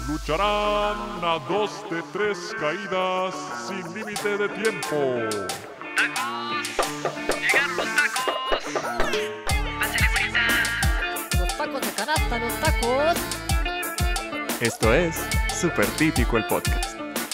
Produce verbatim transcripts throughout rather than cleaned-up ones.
Lucharán a dos de tres caídas sin límite de tiempo. ¡Tacos! ¡Llegaron los tacos! ¡Pásale, bonita! Los tacos de canasta, los tacos. Esto es Súper Típico el Podcast.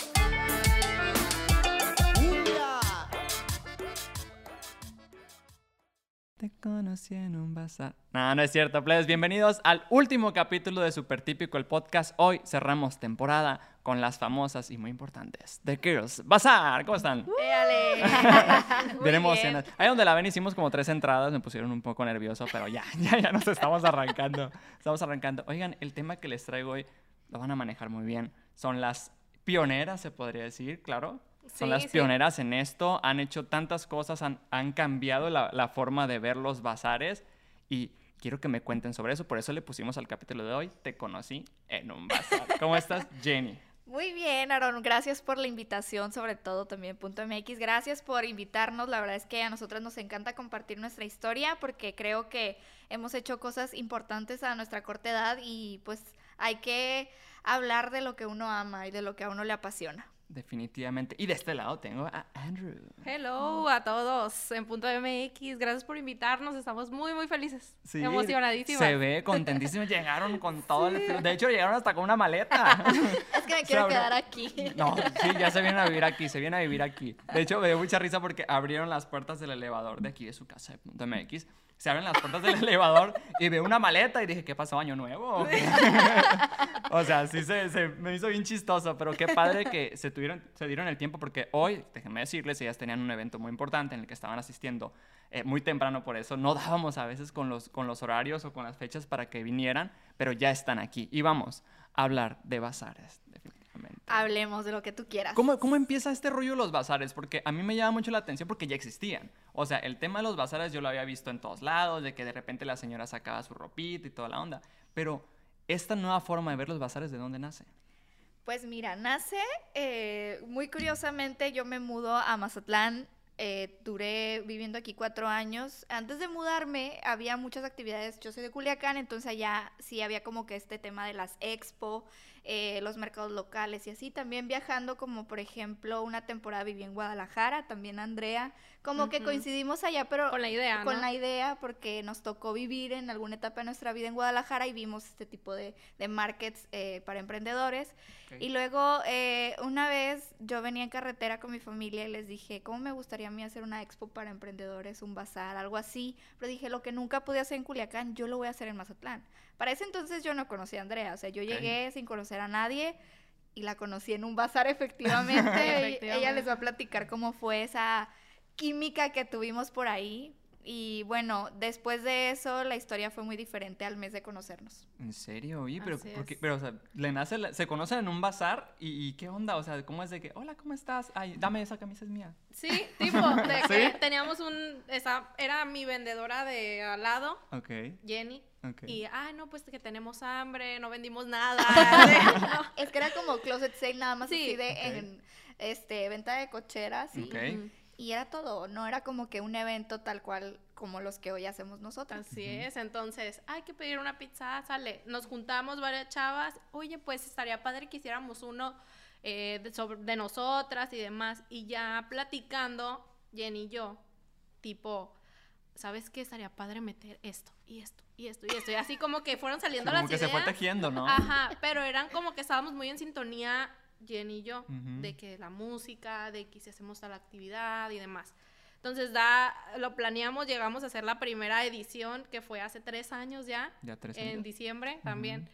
Te conocí en un bazar. No, no es cierto, plebes. Bienvenidos al último capítulo de Súper Típico el Podcast. Hoy cerramos temporada con las famosas y muy importantes The Girls Bazaar. ¿Cómo están? ¡Éale! Bien emocionados. Ahí donde la ven hicimos como tres entradas, me pusieron un poco nervioso, pero ya, ya, ya nos estamos arrancando. Estamos arrancando. Oigan, el tema que les traigo hoy lo van a manejar muy bien. Son las pioneras, se podría decir, claro. Son Sí, las sí. pioneras en esto, han hecho tantas cosas, han, han cambiado la, la forma de ver los bazares y quiero que me cuenten sobre eso, por eso le pusimos al capítulo de hoy, Te conocí en un bazar. ¿Cómo estás, Jenny? Muy bien, Aaron. Gracias por la invitación, sobre todo también punto M X. Gracias por invitarnos. La verdad es que a nosotros nos encanta compartir nuestra historia porque creo que hemos hecho cosas importantes a nuestra corta edad y pues hay que hablar de lo que uno ama y de lo que a uno le apasiona. Definitivamente. Y de este lado tengo a Andrew. Hello a todos en Punto M X, gracias por invitarnos, estamos muy muy felices, Sí, emocionadísimas. Se ve contentísimo, llegaron con todo el frío. De hecho, llegaron hasta con una maleta. Es que me quiero Sabrá. quedar aquí. No, sí, ya se vienen a vivir aquí, se vienen a vivir aquí. De hecho, me dio mucha risa porque abrieron las puertas del elevador de aquí de su casa de Punto M X. Se abren las puertas del elevador y veo una maleta y dije, ¿qué pasó, año nuevo? O sea, sí se, se me hizo bien chistoso, pero qué padre que se tuvieron, se dieron el tiempo porque hoy, déjenme decirles, ellas tenían un evento muy importante en el que estaban asistiendo eh, muy temprano, por eso no dábamos a veces con los, con los horarios o con las fechas para que vinieran, pero ya están aquí y vamos a hablar de bazares, definitivamente. Hablemos de lo que tú quieras. ¿Cómo, ¿Cómo empieza este rollo de los bazares? Porque a mí me llama mucho la atención porque ya existían. O sea, el tema de los bazares yo lo había visto en todos lados, de que de repente la señora sacaba su ropita y toda la onda. Pero esta nueva forma de ver los bazares, ¿de dónde nace? Pues mira, nace, eh, muy curiosamente yo me mudo a Mazatlán, eh, duré viviendo aquí cuatro años. Antes de mudarme había muchas actividades, yo soy de Culiacán, entonces allá sí había como que este tema de las expo, eh, los mercados locales y así. También viajando, como por ejemplo una temporada viví en Guadalajara, también Andrea, como que Ujú. coincidimos allá, pero Con la idea, con ¿no? la idea porque nos tocó vivir en alguna etapa de nuestra vida en Guadalajara y vimos este tipo de, de markets eh, para emprendedores. Ok. Y luego eh, una vez yo venía en carretera con mi familia y les dije, ¿cómo me gustaría a mí hacer una expo para emprendedores, un bazar, algo así? Pero dije, lo que nunca pude hacer en Culiacán, yo lo voy a hacer en Mazatlán. Para ese entonces yo no conocía a Andrea, o sea, yo Ok. llegué sin conocer a nadie y la conocí en un bazar efectivamente. Y Efectivamente. ella les va a platicar cómo fue esa química que tuvimos por ahí. Y bueno, después de eso la historia fue muy diferente al mes de conocernos. ¿En serio? Oye, pero, Así ¿por qué? es. Pero, o sea, le nace la- se conocen en un bazar y, y ¿qué onda? O sea, ¿cómo es de que, hola, ¿cómo estás? Ay, dame esa camisa, es mía. Sí, tipo, de que ¿Sí? teníamos un, esa, era mi vendedora de al lado, Ok, Jenny, ok. y, ah, no, pues que tenemos hambre, no vendimos nada. No. Es que era como closet sale nada más, Sí. así de Ok. en, este, venta de cocheras y, Ok. Ujú. y era todo, no era como que un evento tal cual como los que hoy hacemos nosotras. Así es, entonces, hay que pedir una pizza, sale, nos juntamos varias chavas, oye, pues estaría padre que hiciéramos uno eh, de, sobre, de nosotras y demás, y ya platicando, Jenny y yo, tipo, ¿sabes qué? Estaría padre meter esto, y esto, y esto, y esto, y así como que fueron saliendo Como las que ideas. se fue tejiendo, ¿no? Ajá, pero eran como que estábamos muy en sintonía, Jenny y yo, Ujú. de que la música, de que si hacemos tal actividad y demás. Entonces, da, lo planeamos, llegamos a hacer la primera edición, que fue hace tres años ya, Ya tres en años. diciembre también.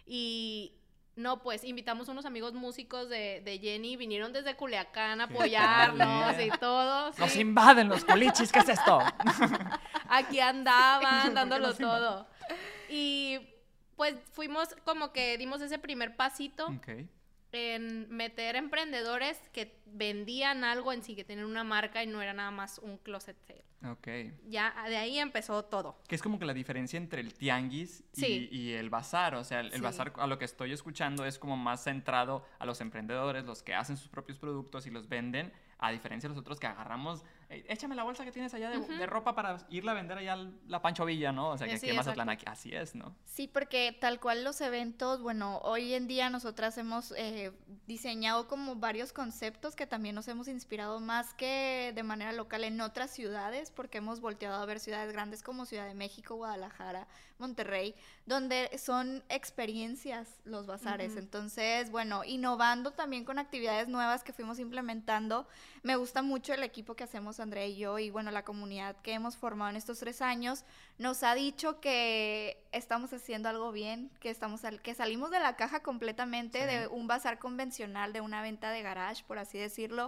Y no, pues invitamos unos amigos músicos de, de Jenny, vinieron desde Culiacán a Qué apoyarnos padre. y todo. ¡Nos sí. invaden los culichis! ¿Qué es esto? Aquí andaban ¿Por qué dándolo nos invaden? todo. Y pues fuimos como que dimos ese primer pasito Ok. en meter emprendedores que vendían algo en sí, que tenían una marca y no era nada más un closet sale. Ok. Ya de ahí empezó todo. Que es como que la diferencia entre el tianguis y, Sí. y el bazar. O sea, el, el Sí. bazar, a lo que estoy escuchando, es como más centrado a los emprendedores, los que hacen sus propios productos y los venden, a diferencia de los otros que agarramos "Ey, échame la bolsa que tienes allá de, de ropa para irla a vender allá a la Pancho Villa, ¿no? O sea, que Sí, aquí en Mazatlán, exacto. aquí, así es, ¿no? Sí, porque tal cual los eventos, bueno, hoy en día nosotras hemos eh, diseñado como varios conceptos que también nos hemos inspirado más que de manera local en otras ciudades, porque hemos volteado a ver ciudades grandes como Ciudad de México, Guadalajara, Monterrey, donde son experiencias los bazares. Ujú. Entonces, bueno, innovando también con actividades nuevas que fuimos implementando. Me gusta mucho el equipo que hacemos Andrea y yo y bueno, la comunidad que hemos formado en estos tres años nos ha dicho que estamos haciendo algo bien, que estamos sal- que salimos de la caja completamente Sí. de un bazar convencional, de una venta de garage, por así decirlo,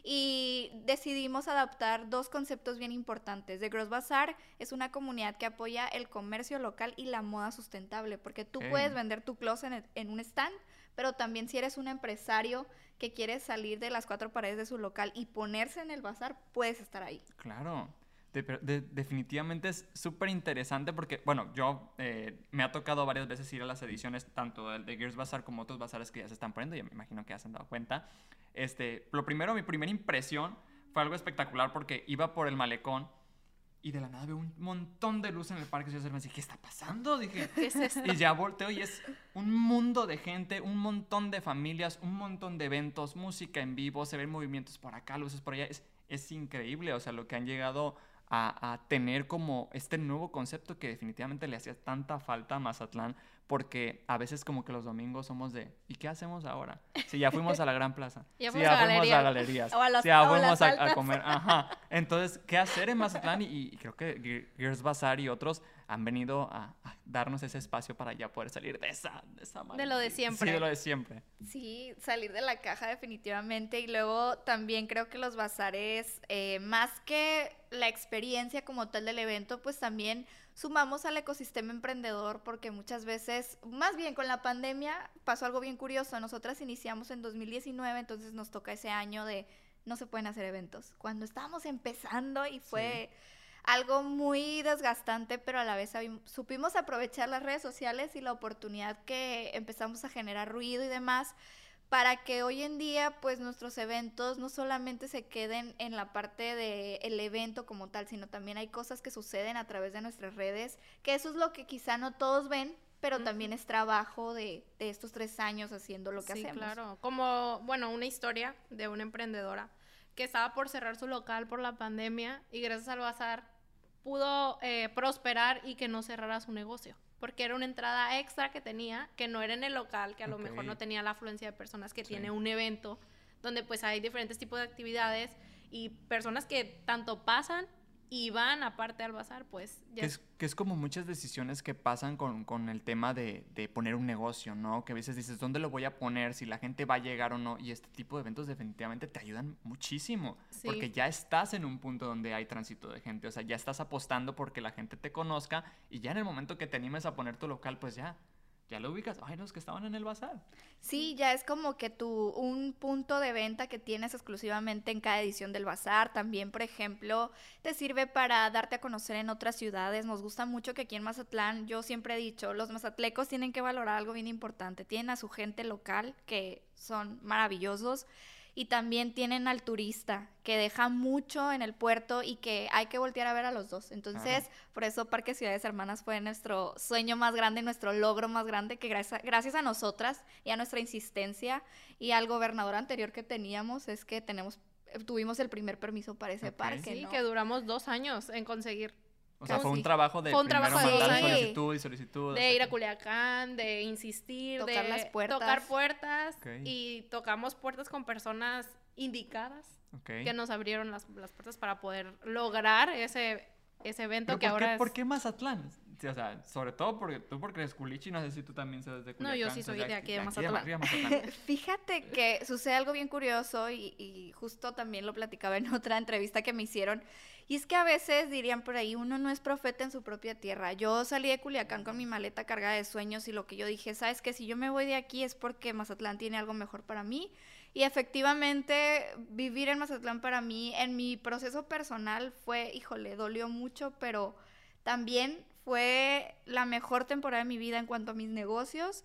y decidimos adaptar dos conceptos bien importantes. The Gross Bazaar es una comunidad que apoya el comercio local y la moda sustentable, porque tú Ok. puedes vender tu closet en, en un stand, pero también si eres un empresario que quiere salir de las cuatro paredes de su local y ponerse en el bazar, puedes estar ahí. Claro. De- pero de- definitivamente es súper interesante porque, bueno, yo eh, me ha tocado varias veces ir a las ediciones, tanto el de Gears Bazaar como otros bazares que ya se están poniendo, ya me imagino que ya se han dado cuenta. Este, lo primero, mi primera impresión fue algo espectacular porque iba por el malecón y de la nada veo un montón de luz en el parque. Y yo me dije, ¿qué está pasando? Dije, ¿Qué es esto? y ya volteo y es un mundo de gente, un montón de familias, un montón de eventos, música en vivo, se ven movimientos por acá, luces por allá. Es, es increíble, o sea, lo que han llegado a, a tener como este nuevo concepto que definitivamente le hacía tanta falta a Mazatlán, porque a veces como que los domingos somos de, ¿y qué hacemos ahora? Si ya fuimos a la Gran Plaza, Ya si fuimos ya a fuimos galerías. a galerías, O a las- si ya o a fuimos las a, a altas. comer, ajá. Entonces, ¿qué hacer en Mazatlán? Y, y creo que Ge- Gears Bazaar y otros han venido a, a darnos ese espacio para ya poder salir de esa... De, esa De lo de maldita- siempre. Sí, de lo de siempre. Sí, salir de la caja definitivamente y luego también creo que los bazares, eh, más que la experiencia como tal del evento, pues también sumamos al ecosistema emprendedor porque muchas veces, más bien con la pandemia pasó algo bien curioso, nosotras iniciamos en dos mil diecinueve, entonces nos toca ese año de no se pueden hacer eventos, cuando estábamos empezando y fue... algo muy desgastante, pero a la vez sabi- supimos aprovechar las redes sociales y la oportunidad que empezamos a generar ruido y demás para que hoy en día pues nuestros eventos no solamente se queden en la parte del evento como tal, sino también hay cosas que suceden a través de nuestras redes, que eso es lo que quizá no todos ven, pero también es trabajo de, de estos tres años haciendo lo que Sí, hacemos. claro. Como, bueno, una historia de una emprendedora que estaba por cerrar su local por la pandemia y gracias al bazar pudo eh, prosperar y que no cerrara su negocio. Porque era una entrada extra que tenía, que no era en el local, que a lo Ok. mejor no tenía la afluencia de personas que Sí. tiene un evento, donde pues hay diferentes tipos de actividades y personas que tanto pasan y van aparte al bazar, pues ya Que es, que es como muchas decisiones que pasan con, con el tema de, de poner un negocio, ¿no? Que a veces dices, ¿dónde lo voy a poner? Si la gente va a llegar o no. Y este tipo de eventos definitivamente te ayudan muchísimo. Sí. Porque ya estás en un punto donde hay tránsito de gente. O sea, ya estás apostando porque la gente te conozca. Y ya en el momento que te animes a poner tu local, pues ya, ya lo ubicas. Ay, los que estaban en el bazar. Sí, ya es como que tu un punto de venta que tienes exclusivamente en cada edición del bazar. También, por ejemplo, te sirve para darte a conocer en otras ciudades. Nos gusta mucho que aquí en Mazatlán, yo siempre he dicho, los mazatlecos tienen que valorar algo bien importante. Tienen a su gente local, que son maravillosos, y también tienen al turista, que deja mucho en el puerto y que hay que voltear a ver a los dos. Entonces, Claro. por eso Parque Ciudades Hermanas fue nuestro sueño más grande, nuestro logro más grande, que gracias, gracias a nosotras y a nuestra insistencia y al gobernador anterior que teníamos, es que tenemos, tuvimos el primer permiso para ese Ok. parque, sí, ¿no? que duramos dos años en conseguir. O sea, Pues fue un sí. trabajo de Fue un primero trabajo de mandar dos años. solicitud y solicitud. De hasta ir a que- Culiacán, de insistir, Tocar de las puertas. tocar puertas Ok. y tocamos puertas con personas indicadas Ok. que nos abrieron las, las puertas para poder lograr ese, ese evento ¿Pero que por, ahora qué, es... ¿Por qué Mazatlán? Sí, o sea, sobre todo porque tú porque eres culichi, no sé si tú también sabes de No, Culiacán. yo sí o sea, soy de aquí, de Ma- Mazatlán. arriba Mazatlán. Fíjate que sucede algo bien curioso y, y justo también lo platicaba en otra entrevista que me hicieron. Y es que a veces dirían por ahí, uno no es profeta en su propia tierra. Yo salí de Culiacán con mi maleta cargada de sueños y lo que yo dije, sabes que si yo me voy de aquí es porque Mazatlán tiene algo mejor para mí. Y efectivamente vivir en Mazatlán para mí, en mi proceso personal fue, híjole, dolió mucho, pero también fue la mejor temporada de mi vida en cuanto a mis negocios.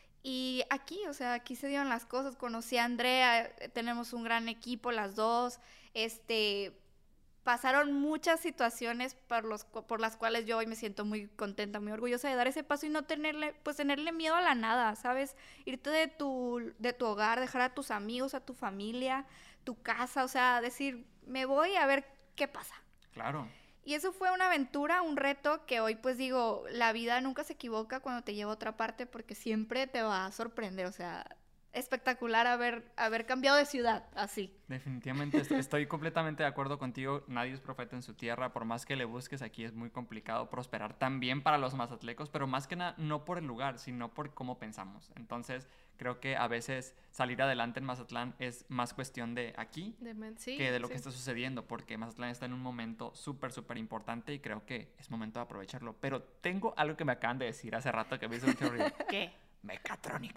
Y aquí, o sea, aquí se dieron las cosas. Conocí a Andrea, eh, tenemos un gran equipo las dos. Este, pasaron muchas situaciones por, los, por las cuales yo hoy me siento muy contenta, muy orgullosa de dar ese paso y no tenerle, pues tenerle miedo a la nada, ¿sabes? Irte de tu, de tu hogar, dejar a tus amigos, a tu familia, tu casa, o sea, decir, me voy a ver qué pasa. Claro. Y eso fue una aventura, un reto que hoy pues digo, la vida nunca se equivoca cuando te lleva a otra parte porque siempre te va a sorprender, o sea, espectacular haber, haber cambiado de ciudad así. Definitivamente est- estoy completamente de acuerdo contigo. Nadie es profeta en su tierra. Por más que le busques, aquí es muy complicado prosperar también para los mazatlecos, pero más que nada no por el lugar, sino por cómo pensamos. Entonces, creo que a veces salir adelante en Mazatlán es más cuestión de aquí De men- sí, que de lo sí. que está sucediendo, porque Mazatlán está en un momento súper, súper importante y creo que es momento de aprovecharlo. Pero tengo algo que me acaban de decir hace rato que me hizo mucho ruido. ¿Qué? Mecatrónica.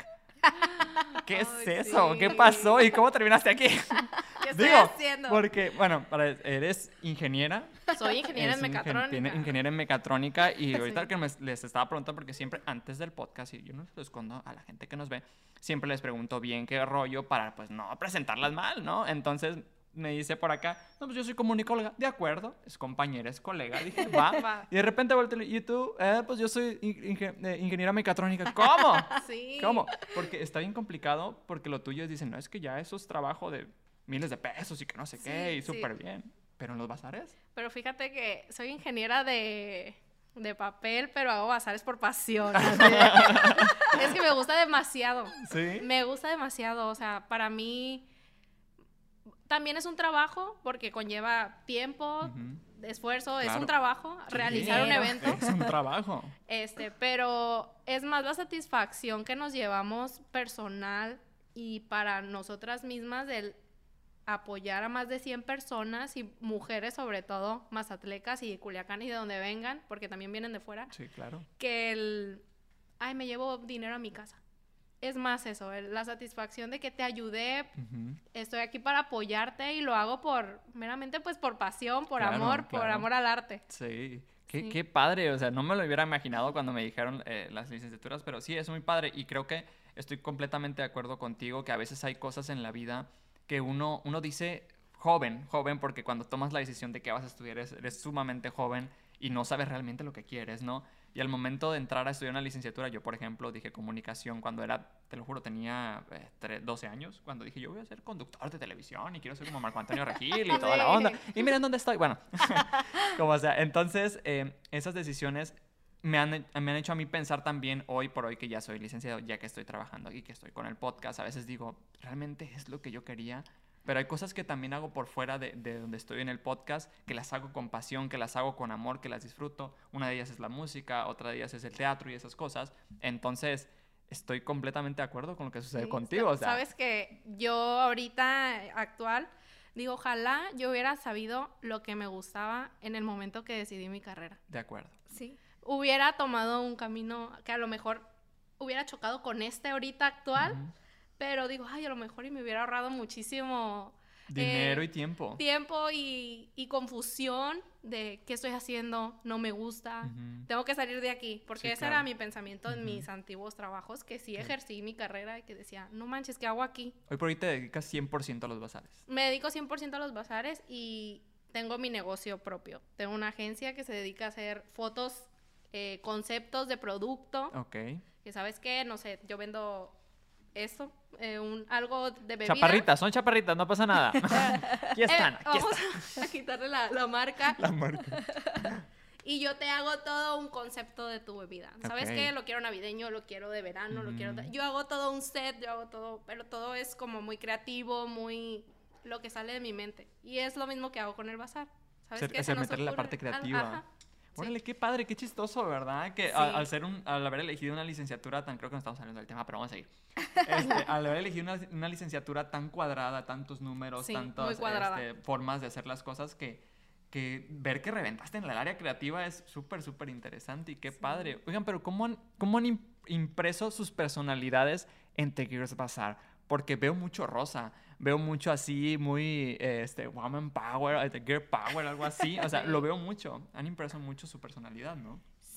¿Qué es Ay, eso? sí. ¿Qué pasó? ¿Y cómo terminaste aquí? ¿Qué estoy Digo, haciendo? porque, bueno, para- eres ingeniera. Soy ingeniera en Es ingen- mecatrónica. tiene- ingeniera en mecatrónica. Y Sí. ahorita que me- les estaba preguntando, porque siempre antes del podcast, y yo no se lo escondo a la gente que nos ve, siempre les pregunto bien qué rollo para, pues, no presentarlas mal, ¿no? Entonces me dice por acá, no, pues yo soy comunicóloga. De acuerdo, es compañera, es colega. Dije, va. Va. Y de repente volteo, ¿y tú? Eh, pues yo soy in- inge- eh, ingeniera mecatrónica. ¿Cómo? Sí. ¿Cómo? Porque está bien complicado, porque lo tuyo es, dicen, no, es que ya eso es trabajo de miles de pesos y que no sé qué, Sí, y sí. súper bien. Pero en los bazares, Pero fíjate que soy ingeniera de, de papel, pero hago bazares por pasión. así de- es que me gusta demasiado. sí. Me gusta demasiado. O sea, para mí también es un trabajo porque conlleva tiempo, Ujú. esfuerzo. Es Claro. un trabajo realizar un Dinero. evento. Es un trabajo. Este, pero es más la satisfacción que nos llevamos personal y para nosotras mismas del apoyar a más de cien personas y mujeres sobre todo, mazatlecas y de Culiacán y de donde vengan, porque también vienen de fuera, Sí, claro. que el, ay, me llevo dinero a mi casa. Es más eso, el- la satisfacción de que te ayudé, Ujú. estoy aquí para apoyarte y lo hago por, meramente pues por pasión, por Claro, amor, por claro. amor al arte. Sí. Qué, Sí. qué padre, o sea, no me lo hubiera imaginado cuando me dijeron eh, las licenciaturas, pero sí, es muy padre y creo que estoy completamente de acuerdo contigo que a veces hay cosas en la vida que uno, uno dice joven, joven, porque cuando tomas la decisión de que vas a estudiar eres, eres sumamente joven y no sabes realmente lo que quieres, ¿no? Y al momento de entrar a estudiar una licenciatura, yo, por ejemplo, dije comunicación cuando era, te lo juro, tenía eh, tre- doce años, cuando dije yo voy a ser conductor de televisión y quiero ser como Marco Antonio Regil y toda la Sí. onda. Y miren dónde estoy. Bueno, como sea. Entonces, eh, esas decisiones me han, me han hecho a mí pensar también hoy por hoy que ya soy licenciado, ya que estoy trabajando aquí, que estoy con el podcast. A veces digo, ¿realmente es lo que yo quería? Pero hay cosas que también hago por fuera de, de donde estoy en el podcast, que las hago con pasión, que las hago con amor, que las disfruto. Una de ellas es la música, otra de ellas es el teatro y esas cosas. Entonces, estoy completamente de acuerdo con lo que sucede Sí, contigo. sa- O sea, Sabes que yo ahorita eh, actual digo, ojalá yo hubiera sabido lo que me gustaba en el momento que decidí mi carrera. de acuerdo. Sí. Hubiera tomado un camino que a lo mejor hubiera chocado con este ahorita actual, Ujú. pero digo, ay, a lo mejor y me hubiera ahorrado muchísimo Dinero eh, y tiempo. tiempo y, y confusión de qué estoy haciendo, no me gusta, Ujú. tengo que salir de aquí, porque Sí, ese claro. era mi pensamiento en Ujú. mis antiguos trabajos, que sí ejercí mi carrera y que decía, no manches, ¿qué hago aquí? Hoy por hoy te dedicas cien por ciento a los bazares. Me dedico cien por ciento a los bazares y tengo mi negocio propio. Tengo una agencia que se dedica a hacer fotos, eh, conceptos de producto, Ok. que sabes qué, no sé, yo vendo esto, eh, un, algo de bebida. Chaparritas, son chaparritas, no pasa nada. Aquí Eh, están, aquí vamos están. a quitarle la, la marca. La marca. Y yo te hago todo un concepto de tu bebida. ¿Sabes Ok. qué? Lo quiero navideño, lo quiero de verano, lo quiero... Ujú. Yo hago todo un set, yo hago todo... Pero todo es como muy creativo, muy... Lo que sale de mi mente. Y es lo mismo que hago con el bazar. ¿Sabes Ser- qué? es Se nos meterle la ocurre- parte Al- creativa. ajá. Sí. Órale, qué padre, qué chistoso, ¿verdad? Que Sí. al, al ser un, al haber elegido una licenciatura tan, creo que no estamos hablando del tema, pero vamos a seguir. Este, al haber elegido una, una licenciatura tan cuadrada, tantos números, Sí, muy tantas cuadrada. este, formas de hacer las cosas que, que ver que reventaste en el área creativa es súper, súper interesante y qué padre. Oigan, pero ¿cómo han, cómo han im- impreso sus personalidades en The Girls Bazaar? Porque veo mucho rosa, veo mucho así, muy, eh, este, woman power, eh, the girl power, algo así. O sea, Sí. lo veo mucho. Han impreso mucho su personalidad, ¿no?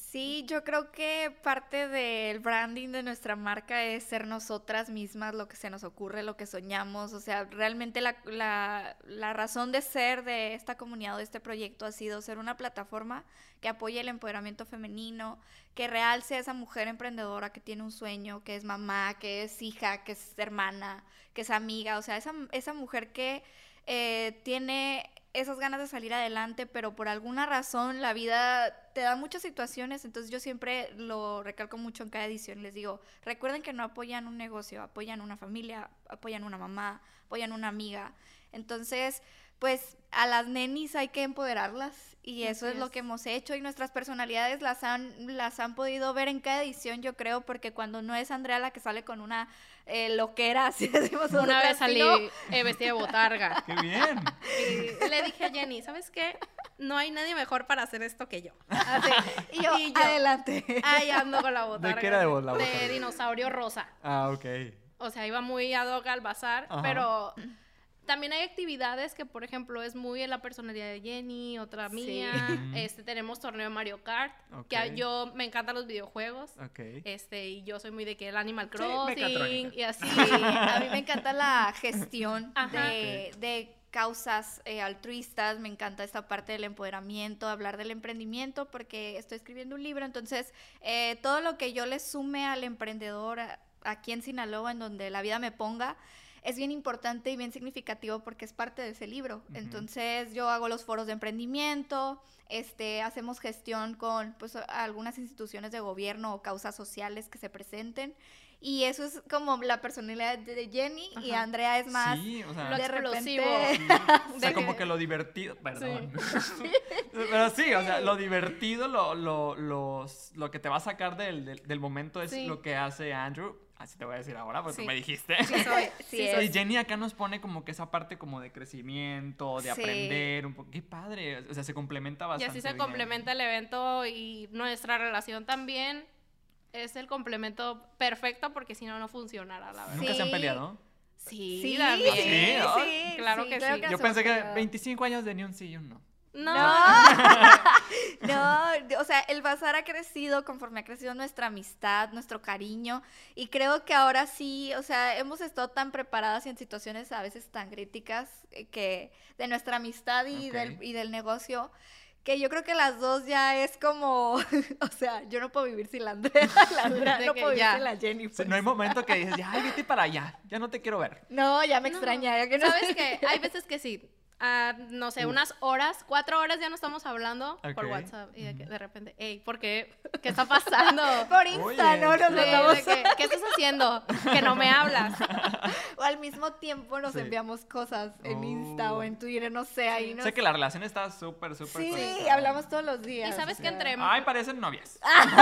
Sí, yo creo que parte del branding de nuestra marca es ser nosotras mismas, lo que se nos ocurre, lo que soñamos. O sea, realmente la, la, la razón de ser de esta comunidad o de este proyecto ha sido ser una plataforma que apoye el empoderamiento femenino, que realce a esa mujer emprendedora que tiene un sueño, que es mamá, que es hija, que es hermana, que es amiga. O sea, esa, esa mujer que eh, tiene esas ganas de salir adelante, pero por alguna razón la vida te da muchas situaciones. Entonces yo siempre lo recalco mucho en cada edición, les digo, recuerden que no apoyan un negocio, apoyan una familia, apoyan una mamá, apoyan una amiga. Entonces, pues a las nenis hay que empoderarlas y eso es, es lo que hemos hecho, y nuestras personalidades las han, las han podido ver en cada edición, yo creo, porque cuando no es Andrea la que sale con una eh, loquera, así decimos Una nosotras, vez salí sino- eh, vestida de botarga. ¡Qué bien! Y le dije a Jenny, ¿sabes qué? No hay nadie mejor para hacer esto que yo. Así, y yo, Y yo, adelante. Ahí ando con la botarga. qué era de vos la botarga? De dinosaurio rosa. Ah, ok. O sea, iba muy ad hoc al bazar, Ajá. pero también hay actividades que, por ejemplo, es muy en la personalidad de Jenny, otra Sí. mía. Ujú. Este, tenemos torneo de Mario Kart, Ok. que a- yo me encantan los videojuegos. Ok. Este, y yo soy muy de que el Animal Sí, Crossing mecatrónica. y así. Sí, a mí me encanta la gestión Ajá. de, de causas eh, altruistas, me encanta esta parte del empoderamiento, hablar del emprendimiento, porque estoy escribiendo un libro, entonces eh, todo lo que yo le sume al emprendedor a- aquí en Sinaloa, en donde la vida me ponga, es bien importante y bien significativo porque es parte de ese libro. Ujú. Entonces yo hago los foros de emprendimiento, este, hacemos gestión con pues, a- algunas instituciones de gobierno o causas sociales que se presenten. Y eso es como la personalidad de de Jenny, y Ajá. Andrea es más Sí, o sea, Lo de explosivo. repente... o sea, de como que- que lo divertido, perdón. Pero sí, o sea, lo divertido, lo, lo, los- lo que te va a sacar del, del, del momento es Sí. lo que hace Andrew. Así te voy a decir ahora, porque Sí. tú me dijiste. Sí, soy, sí Sí, es. Y Jenny acá nos pone como que esa parte como de crecimiento, de Sí. aprender, un poco. Qué padre, o sea, se complementa Y bastante así se bien. complementa el evento y nuestra relación también es el complemento perfecto porque si no, no funcionara, la verdad. ¿Nunca se han Sí. peleado? Sí, Sí, también. sí, Sí, ¿no? sí, Claro que sí. nos Yo pensé hemos que peleado. veinticinco años de ni un sí y un no. No, No, o sea, el bazar ha crecido conforme ha crecido nuestra amistad, nuestro cariño, y creo que ahora sí, o sea, hemos estado tan preparadas y en situaciones a veces tan críticas eh, que de nuestra amistad y, Ok. del, y del negocio, que yo creo que las dos ya es como, o sea, yo no puedo vivir sin la Andrea, la Andrea De no que puedo vivir ya. sin la Jenny. O sea, pues. no hay momento que dices, ya, ay, vete para allá, ya no te quiero ver. No, ya me No. extraña, ya que no ¿sabes qué? Hay veces que sí. Ah, no sé, Uf. unas horas, cuatro horas ya no estamos hablando por Ok. WhatsApp. Y de, que de repente, hey, ¿por qué? ¿Qué está pasando? Por Insta, Oye, ¿no? Nos sí. De- mandamos- de que, ¿qué estás haciendo? Que no me hablas. o al mismo tiempo nos Sí. enviamos cosas en Oh. Insta o en Twitter, no sé, ahí nos... Sé que la relación está súper, súper Sí, conectada. hablamos todos los días. Y sabes o que sea. entre... Ay, parecen novias.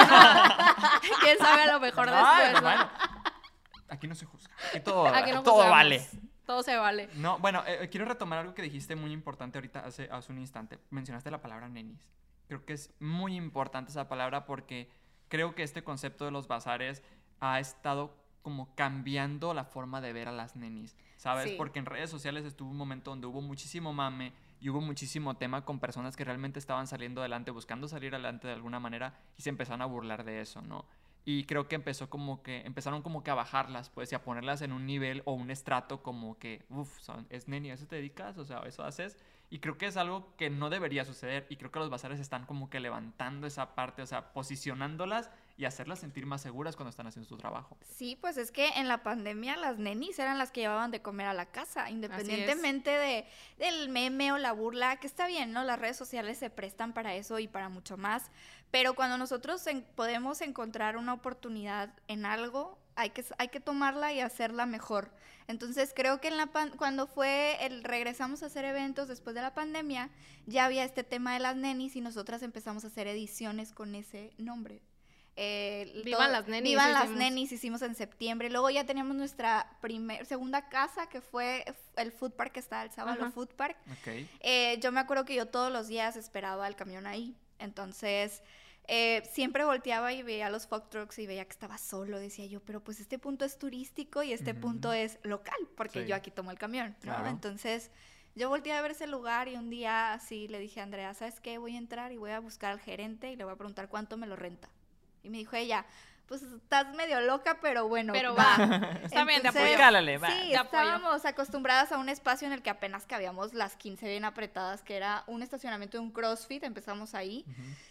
¿Quién sabe a lo mejor Ay, después, no? bueno. Aquí no se juzga. Aquí todo, Aquí no todo juzgamos. vale. Todo se vale. No, bueno, eh, quiero retomar algo que dijiste muy importante ahorita hace, hace un instante. Mencionaste la palabra nenis. Creo que es muy importante esa palabra porque creo que este concepto de los bazares ha estado como cambiando la forma de ver a las nenis, ¿sabes? Sí. Porque en redes sociales estuvo un momento donde hubo muchísimo mame y hubo muchísimo tema con personas que realmente estaban saliendo adelante, buscando salir adelante de alguna manera y se empezaron a burlar de eso, ¿no? Y creo que empezó como que, empezaron como que a bajarlas, pues, y a ponerlas en un nivel o un estrato como que, uff, es neni, ¿a eso te dedicas? O sea, ¿eso haces? Y creo que es algo que no debería suceder. Y creo que los bazares están como que levantando esa parte, o sea, posicionándolas y hacerlas sentir más seguras cuando están haciendo su trabajo. Sí, pues es que en la pandemia las nenis eran las que llevaban de comer a la casa, independientemente de, del meme o la burla, que está bien, ¿no? Las redes sociales se prestan para eso y para mucho más, pero cuando nosotros en- podemos encontrar una oportunidad en algo, hay que, hay que tomarla y hacerla mejor. Entonces creo que en la pan- cuando fue el regresamos a hacer eventos después de la pandemia, ya había este tema de las nenis y nosotras empezamos a hacer ediciones con ese nombre. Eh, Vivan todo- las nenis, Vivan las hicimos. nenis hicimos en septiembre. Luego ya teníamos nuestra primer, segunda casa, que fue el food park que está el sábado, Ajá. food park. Ok. Eh, yo me acuerdo que yo todos los días esperaba el camión ahí. Entonces, eh, siempre volteaba y veía los food trucks y veía que estaba solo. Decía yo, pero pues este punto es turístico y este Ujú. punto es local, porque Sí. yo aquí tomo el camión, ¿no? Claro. Entonces, Yo volteé a ver ese lugar y un día así le dije a Andrea, ¿sabes qué? Voy a entrar y voy a buscar al gerente y le voy a preguntar cuánto me lo renta. Y me dijo ella, pues estás medio loca, pero bueno, Pero va. Está bien, te Entonces, apoyo. Cálale, va. Sí, Te apoyo. estábamos acostumbradas a un espacio en el que apenas cabíamos las quince bien apretadas, que era un estacionamiento de un CrossFit, empezamos ahí.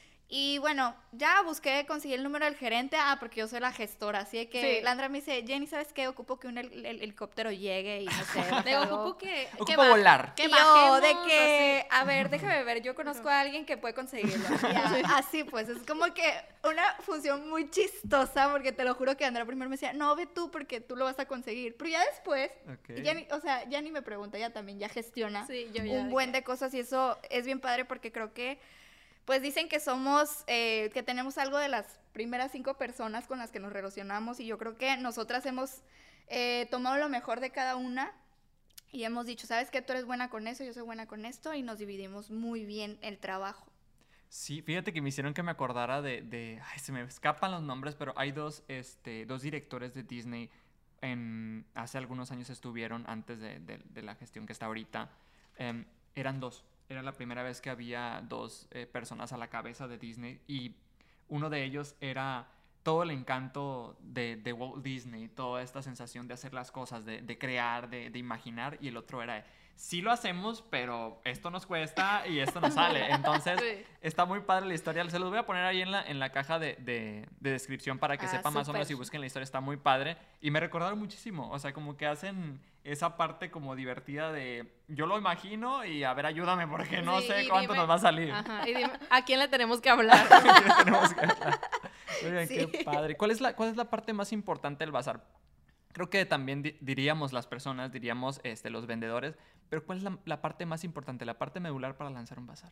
Y bueno, ya busqué, conseguí el número del gerente, ah, porque yo soy la gestora, así de que Sí. la Andrea me dice, Jenny, ¿sabes qué? Ocupo que un hel- el- helicóptero llegue y no sé. Le algo". ocupo que, que Ocupo baje- volar. Que Y bajemos, yo, de que, así. a ver, déjame ver, yo conozco a alguien que puede conseguirlo. Ya, así pues, es como que una función muy chistosa, porque te lo juro que Andrea primero me decía, no, ve tú, porque tú lo vas a conseguir. Pero ya después, Ok. ya ni, o sea, ya ni me pregunta, ella también ya gestiona Sí, yo ya un de buen que- de cosas y eso es bien padre porque creo que, pues dicen que somos, eh, que tenemos algo de las primeras cinco personas con las que nos relacionamos y yo creo que nosotras hemos eh, tomado lo mejor de cada una y hemos dicho, ¿sabes qué? Tú eres buena con eso, yo soy buena con esto y nos dividimos muy bien el trabajo. Sí, fíjate que me hicieron que me acordara de, de- ay, se me escapan los nombres, pero hay dos, este, dos directores de Disney, en, hace algunos años estuvieron, antes de, de- de la gestión que está ahorita, em, eran dos, era la primera vez que había dos eh, personas a la cabeza de Disney y uno de ellos era todo el encanto de, de Walt Disney, toda esta sensación de hacer las cosas, de, de crear, de, de imaginar, y el otro era, sí lo hacemos, pero esto nos cuesta y esto nos sale. Entonces, Sí. está muy padre la historia. Se los voy a poner ahí en la, en la caja de, de- de descripción para que Ah, sepan más o menos súper. y busquen la historia. Está muy padre. Y me recordaron muchísimo. O sea, como que hacen esa parte como divertida de yo lo imagino y a ver, ayúdame porque no Sí, sé y cuánto dime- nos va a salir. Ajá, y dime, ¿a quién le tenemos que hablar? Tenemos que hablar. Oigan, Sí. qué padre. ¿Cuál es, la, ¿Cuál es la parte más importante del bazar? Creo que también di- diríamos las personas, diríamos este, los vendedores, pero ¿cuál es la, la parte más importante, la parte medular para lanzar un bazar?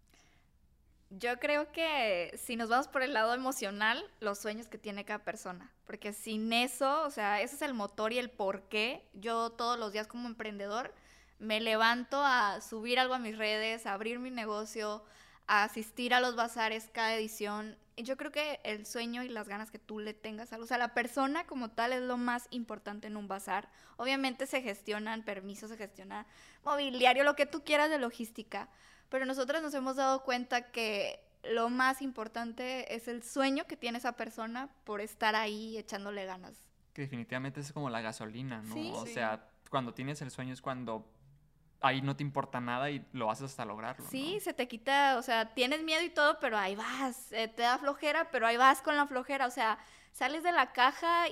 Yo creo que si nos vamos por el lado emocional, los sueños que tiene cada persona, porque sin eso, o sea, ese es el motor y el por qué yo todos los días como emprendedor me levanto a subir algo a mis redes, a abrir mi negocio, a asistir a los bazares cada edición. Y yo creo que el sueño y las ganas que tú le tengas a algo, o sea, la persona como tal es lo más importante en un bazar. Obviamente se gestionan permisos, se gestiona mobiliario, lo que tú quieras de logística, pero nosotras nos hemos dado cuenta que lo más importante es el sueño que tiene esa persona por estar ahí echándole ganas. Que definitivamente es como la gasolina, ¿no? Sí. O Sí. sea, cuando tienes el sueño es cuando ahí no te importa nada y lo haces hasta lograrlo, Sí, ¿no? se te quita, o sea, tienes miedo y todo, pero ahí vas, eh, te da flojera, pero ahí vas con la flojera, o sea, sales de la caja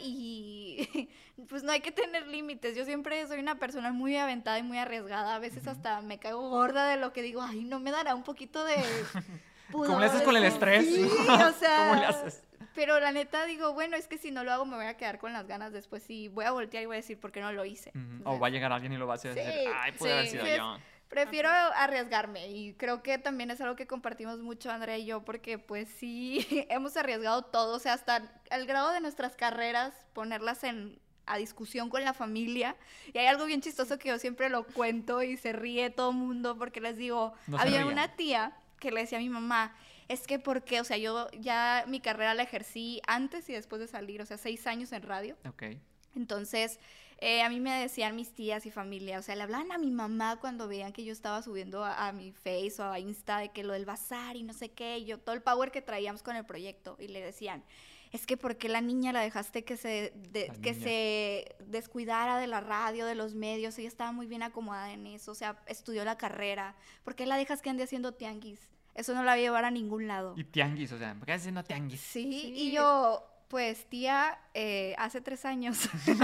y pues no hay que tener límites. Yo siempre soy una persona muy aventada y muy arriesgada, a veces Ujú. hasta me caigo gorda de lo que digo, ay, no me dará un poquito de ¿Cómo le haces con el decir, estrés? Sí, o sea, ¿Cómo le haces? pero la neta digo, bueno, es que si no lo hago me voy a quedar con las ganas después y voy a voltear y voy a decir, ¿por qué no lo hice? Ujú. O Entonces, va a llegar alguien y lo va a hacer, Sí, decir, ay, puede haber sí. sido Sí, es- yo. Prefiero arriesgarme y creo que también es algo que compartimos mucho Andrea y yo porque pues sí hemos arriesgado todo, o sea, hasta al grado de nuestras carreras ponerlas en a discusión con la familia y hay algo bien chistoso que yo siempre lo cuento y se ríe todo el mundo porque les digo, No se había rían. una tía que le decía a mi mamá, es que porque, o sea, yo ya mi carrera la ejercí antes y después de salir, o sea, seis años en radio. Ok. Entonces, eh, a mí me decían mis tías y familia, o sea, le hablaban a mi mamá cuando veían que yo estaba subiendo a, a mi Face o a Insta de que lo del bazar y no sé qué, y yo todo el power que traíamos con el proyecto, y le decían, es que ¿por qué la niña la dejaste que se, de- La que niña. se descuidara de la radio, de los medios? Ella estaba muy bien acomodada en eso, o sea, estudió la carrera, ¿por qué la dejas que ande haciendo tianguis? Eso no la va a llevar a ningún lado. Y tianguis, o sea, ¿por qué estás haciendo tianguis? Sí, Sí. y yo, pues tía, eh, hace tres años,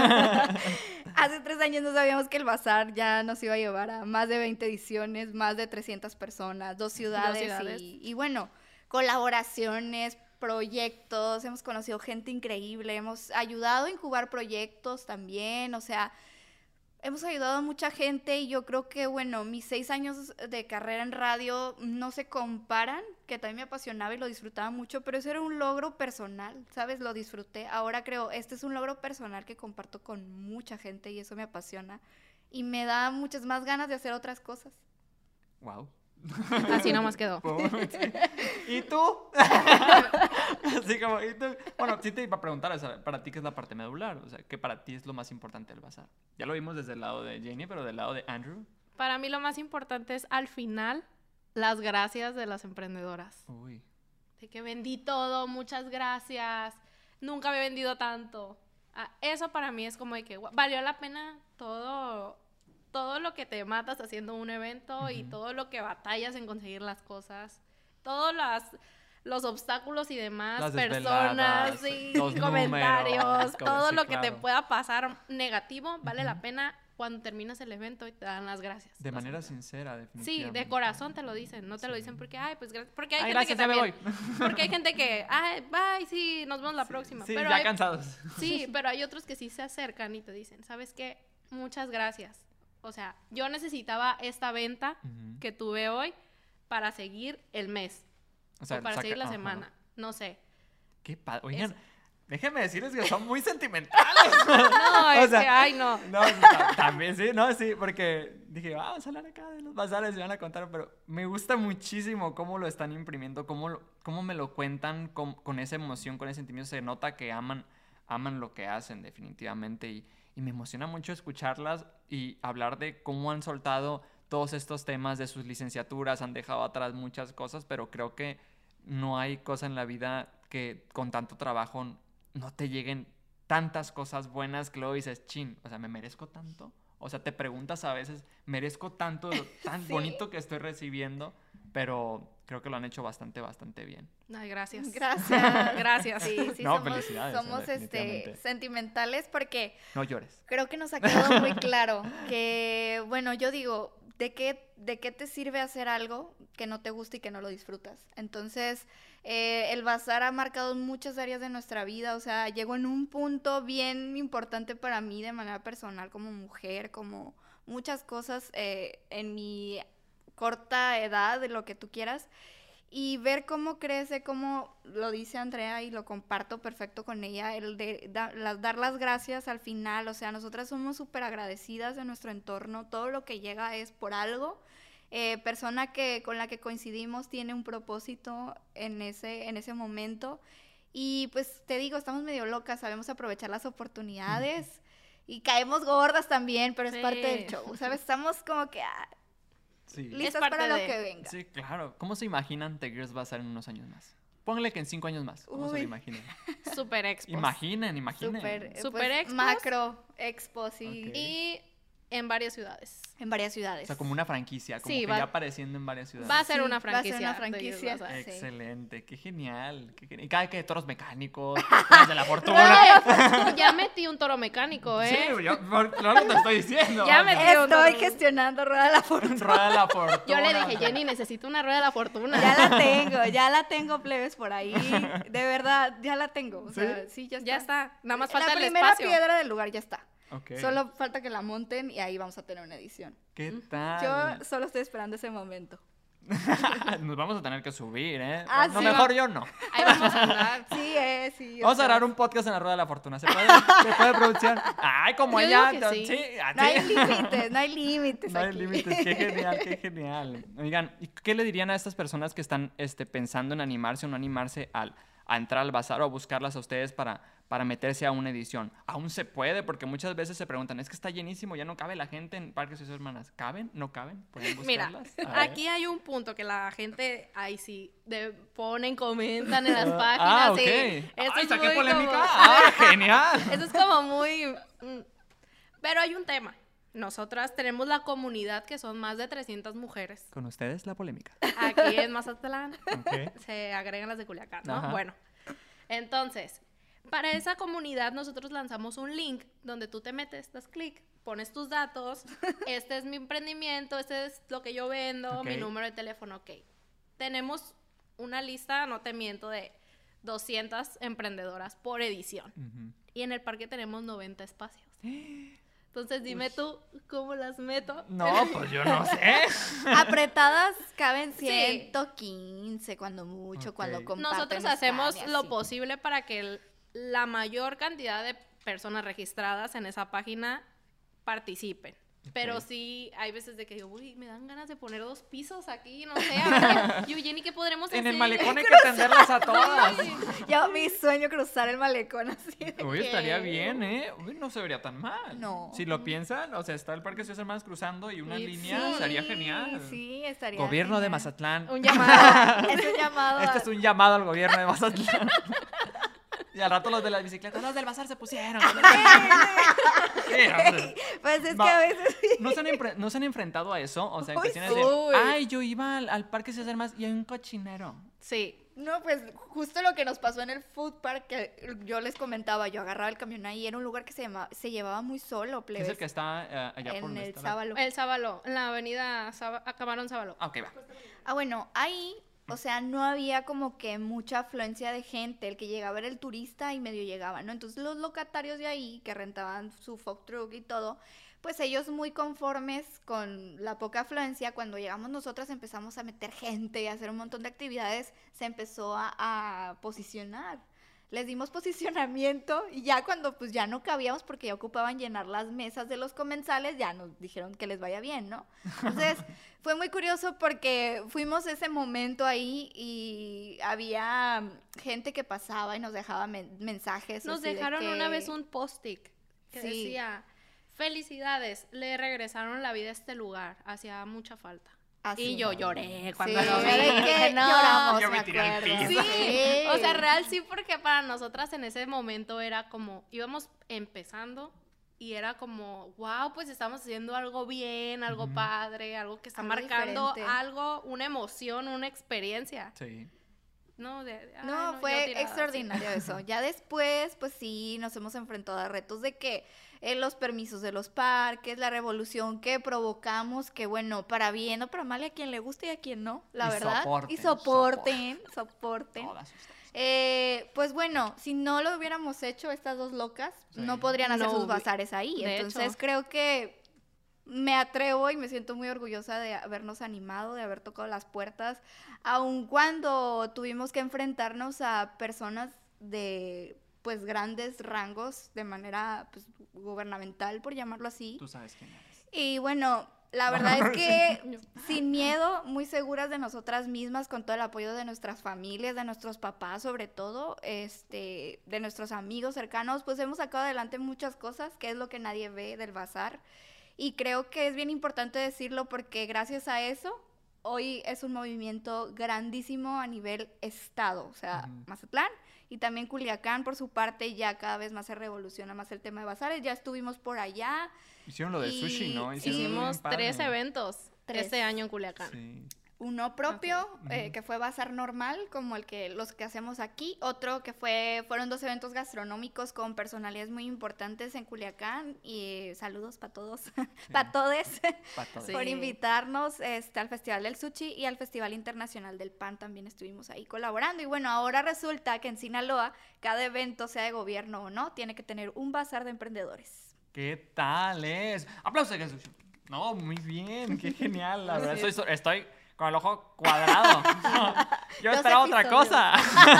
hace tres años no sabíamos que el bazar ya nos iba a llevar a más de veinte ediciones, más de trescientas personas, dos ciudades, ciudades. Y, y bueno, colaboraciones, proyectos, hemos conocido gente increíble, hemos ayudado a incubar proyectos también, o sea, hemos ayudado a mucha gente y yo creo que, bueno, mis seis años de carrera en radio no se comparan, que también me apasionaba y lo disfrutaba mucho, pero eso era un logro personal, ¿sabes? Lo disfruté. Ahora creo, este es un logro personal que comparto con mucha gente y eso me apasiona y me da muchas más ganas de hacer otras cosas. Wow. Así nomás quedó. ¿Y tú? Así como, ¿y tú? Bueno, sí te iba a preguntar, o sea, para ti, ¿qué es la parte medular? O sea, ¿qué para ti es lo más importante del bazar? Ya lo vimos desde el lado de Jenny, pero del lado de Andrew. Para mí lo más importante es al final las gracias de las emprendedoras. Uy. De que vendí todo, muchas gracias, nunca había vendido tanto. Ah, eso para mí es como de que guau, valió la pena todo, todo lo que te matas haciendo un evento uh-huh. y todo lo que batallas en conseguir las cosas, todos las, los obstáculos y demás, las personas y los comentarios, números, todo sí, lo que claro. te pueda pasar negativo, vale uh-huh. la pena cuando terminas el evento y te dan las gracias. De manera sea, sincera, definitivamente. Sí, de corazón te lo dicen, no te sí. lo dicen porque, ay, pues gracias. Porque hay ay, gente gracias, que también, ya me voy. porque hay gente que, ay, bye, sí, nos vemos la sí, próxima. Sí, pero ya hay, cansados. Sí, pero hay otros que sí se acercan y te dicen, ¿sabes qué? Muchas gracias. O sea, yo necesitaba esta venta uh-huh. que tuve hoy para seguir el mes. O, sea, o para saca, seguir la ajá. semana. No sé. Qué padre. Oigan, es... déjenme decirles que son muy sentimentales. No, es o sea, que, ay, no. No, también sí, no, sí, porque dije, vamos a hablar acá de los bazares y van a contar, pero me gusta muchísimo cómo lo están imprimiendo, cómo, lo, cómo me lo cuentan con, con esa emoción, con ese sentimiento. Se nota que aman, aman lo que hacen, definitivamente, y, y me emociona mucho escucharlas y hablar de cómo han soltado todos estos temas de sus licenciaturas, han dejado atrás muchas cosas, pero creo que no hay cosa en la vida que con tanto trabajo no te lleguen tantas cosas buenas que luego dices, chin, o sea, ¿me merezco tanto? O sea, te preguntas a veces, ¿merezco tanto de lo tan sí. bonito que estoy recibiendo? Pero creo que lo han hecho bastante, bastante bien. Ay, gracias. Gracias. Gracias. Sí, sí, no, somos, felicidades. Somos este, sentimentales porque... No llores. Creo que nos ha quedado muy claro que, bueno, yo digo, ¿de qué, de qué te sirve hacer algo que no te gusta y que no lo disfrutas? Entonces... Eh, el bazar ha marcado muchas áreas de nuestra vida, o sea, llegó en un punto bien importante para mí de manera personal, como mujer, como muchas cosas eh, en mi corta edad, de lo que tú quieras, y ver cómo crece, cómo lo dice Andrea y lo comparto perfecto con ella, el de da, la, dar las gracias al final, o sea, nosotras somos súper agradecidas de nuestro entorno, todo lo que llega es por algo. Eh, persona que con la que coincidimos tiene un propósito en ese, en ese momento y pues te digo, estamos medio locas, sabemos aprovechar las oportunidades y caemos gordas también, pero es sí. parte del show, ¿sabes? Estamos como que ah, sí. listas para lo de... que venga. Sí, claro. ¿Cómo se imaginan The Girls Bazaar en unos años más? Pónganle que en cinco años más. ¿Cómo Uy. se lo imaginan? Super Expo. Imaginen, imaginen. Super, Super pues, Expo. Macro Expo, sí. Okay. Y en varias ciudades. En varias ciudades. O sea, como una franquicia, como sí, que va, ya apareciendo en varias ciudades. Va a ser sí, una franquicia. Va a ser una franquicia. De Excelente, sí. Qué genial. Qué genial. Y cada que de toros mecánicos, de la fortuna. Ya metí un toro mecánico, ¿eh? Sí, yo claro te estoy diciendo. Ya metí Estoy un toro. gestionando Rueda de la Fortuna. Rueda de la Fortuna. Yo le dije, Jenny, necesito una Rueda de la Fortuna. Ya la tengo, ya la tengo, plebes, por ahí. De verdad, ya la tengo. O sea, sí, sí ya está. Ya está. Nada más falta la el primera espacio. piedra del lugar ya está. Okay. Solo falta que la monten y ahí vamos a tener una edición. ¿Qué tal? Yo solo estoy esperando ese momento. Nos vamos a tener que subir, ¿eh? Ah, no, sí, mejor va. yo no. Ahí vamos a andar. Sí, eh, sí. Vamos a grabar un podcast en la Rueda de la Fortuna. ¿Se puede? ¿Se puede producción? Ay, como Yo ella. digo que sí. sí, así. No hay límites, no hay límites No hay aquí. límites. Qué genial, qué genial. Oigan, ¿y qué le dirían a estas personas que están este, pensando en animarse o no animarse al, a entrar al bazar o a buscarlas a ustedes para, para meterse a una edición? Aún se puede, porque muchas veces se preguntan, es que está llenísimo, ya no cabe la gente en Parques y sus hermanas. ¿Caben? ¿No caben? ¿Pueden Mira, buscarlas? A ver. aquí hay un punto que la gente, ahí sí, de, ponen, comentan en las Ah, páginas. ok. Y Ay, eso es saqué muy polémica. como- Ah, genial. Eso es como muy... mm. Pero hay un tema. Nosotras tenemos la comunidad que son más de trescientas mujeres. Con ustedes la polémica. Aquí en Mazatlán Ok. se agregan las de Culiacán, ¿no? Ajá. Bueno, entonces, para esa comunidad nosotros lanzamos un link donde tú te metes, das clic, pones tus datos, este es mi emprendimiento, este es lo que yo vendo, Ok. mi número de teléfono, ok. Tenemos una lista, no te miento, de doscientas emprendedoras por edición. Ujú. Y en el parque tenemos noventa espacios. Entonces dime tú, ¿cómo las meto? No, pues yo no sé. Apretadas caben Sí. ciento quince cuando mucho, Ok. cuando comparten. Nosotros están hacemos y lo así. posible para que el- la mayor cantidad de personas registradas en esa página participen. Pero Ok. sí, hay veces de que digo, uy, me dan ganas de poner dos pisos aquí, no sé. A ver, yo, Jenny, ¿qué podremos hacer? En el malecón hay que atenderlas a todas. Ya mi sueño cruzar el malecón así. de Uy, que- estaría bien, ¿eh? Uy, no se vería tan mal. No. Si lo piensan, o sea, está el Parque Ciudad Hermanas cruzando y una Y línea, sí, estaría genial. Sí, estaría Gobierno de genial. Mazatlán. Un llamado. Es un llamado. Este a- es un llamado al gobierno de Mazatlán. Y al rato los de las bicicletas, los del bazar se pusieron. los del bazar. Sí, hombre. Pues es Va. que a veces sí. ¿No se, han empre- ¿No se han enfrentado a eso? O sea, en Uy, cuestiones de, sí. ay, yo iba al, al Parque Ciudad Hermanas y hay un cochinero. Sí. No, pues justo lo que nos pasó en el food park que yo les comentaba, yo agarraba el camión ahí, era un lugar que se llama, se llevaba muy solo, Es plebes, el que está eh, allá por en donde el está la- Sábalo. El Sábalo, en la avenida Sába- Camarón Sábalo. Ah, ok, va. Ah, bueno, ahí, o sea, no había como que mucha afluencia de gente, el que llegaba era el turista y medio llegaba, ¿no? Entonces los locatarios de ahí, que rentaban su food truck y todo, pues ellos muy conformes con la poca afluencia, cuando llegamos nosotras empezamos a meter gente y a hacer un montón de actividades, se empezó a, a posicionar. Les dimos posicionamiento y ya cuando pues ya no cabíamos porque ya ocupaban llenar las mesas de los comensales, ya nos dijeron que les vaya bien, ¿no? Entonces fue muy curioso porque fuimos ese momento ahí y había gente que pasaba y nos dejaba men- mensajes. Nos así de dejaron que- una vez un post-it que Sí. decía, felicidades, le regresaron la vida a este lugar, hacía mucha falta. Así. Y yo lloré cuando Sí, lo vi. ¿de qué? No. Lloramos, Yo me me tiré al acuerdo. piso. Sí, o sea, real sí, porque para nosotras en ese momento era como, íbamos empezando y era como, wow, pues estamos haciendo algo bien, algo Ujú. padre, algo que está Algo marcando diferente. algo, una emoción, una experiencia. Sí. No, de- de- ay, No, yo fue tirada, extraordinario eso. Ya después, pues sí, nos hemos enfrentado a retos de que eh, los permisos de los parques, la revolución que provocamos, que bueno, para bien o para mal, y a quien le guste y a quien no, la Y verdad. soporten, y soporten, soporten. Todas ustedes. Eh, pues bueno, si no lo hubiéramos hecho estas dos locas, Sí. no podrían hacer No sus hubi- bazares ahí. de Entonces hecho. creo que me atrevo y me siento muy orgullosa de habernos animado, de haber tocado las puertas, aun cuando tuvimos que enfrentarnos a personas de pues grandes rangos de manera pues, gubernamental, por llamarlo así. Tú sabes quién eres. Y bueno, la verdad es que sin miedo, muy seguras de nosotras mismas, con todo el apoyo de nuestras familias, de nuestros papás sobre todo, este, de nuestros amigos cercanos, pues hemos sacado adelante muchas cosas, que es lo que nadie ve del bazar. Y creo que es bien importante decirlo porque gracias a eso, hoy es un movimiento grandísimo a nivel estado, o sea, Ujú. Mazatlán y también Culiacán por su parte ya cada vez más se revoluciona más el tema de bazares, ya estuvimos por allá. Hicieron lo del Y- sushi, ¿no? Hicieron sí. bien Hicimos padre. tres eventos Tres. este año en Culiacán. Sí. Uno propio, eh, Ujú. que fue bazar normal, como el que los que hacemos aquí. Otro que fue fueron dos eventos gastronómicos con personalidades muy importantes en Culiacán. Y eh, saludos para todos, para todos, Pa' todos. Sí. por invitarnos este, al Festival del Sushi y al Festival Internacional del Pan. También estuvimos ahí colaborando. Y bueno, ahora resulta que en Sinaloa, cada evento, sea de gobierno o no, tiene que tener un bazar de emprendedores. ¿Qué tal es? Aplausos, Jesús. No, muy bien, qué genial, la verdad. Estoy, so- estoy con el ojo cuadrado. No, yo Dos esperaba otra episodios. cosa.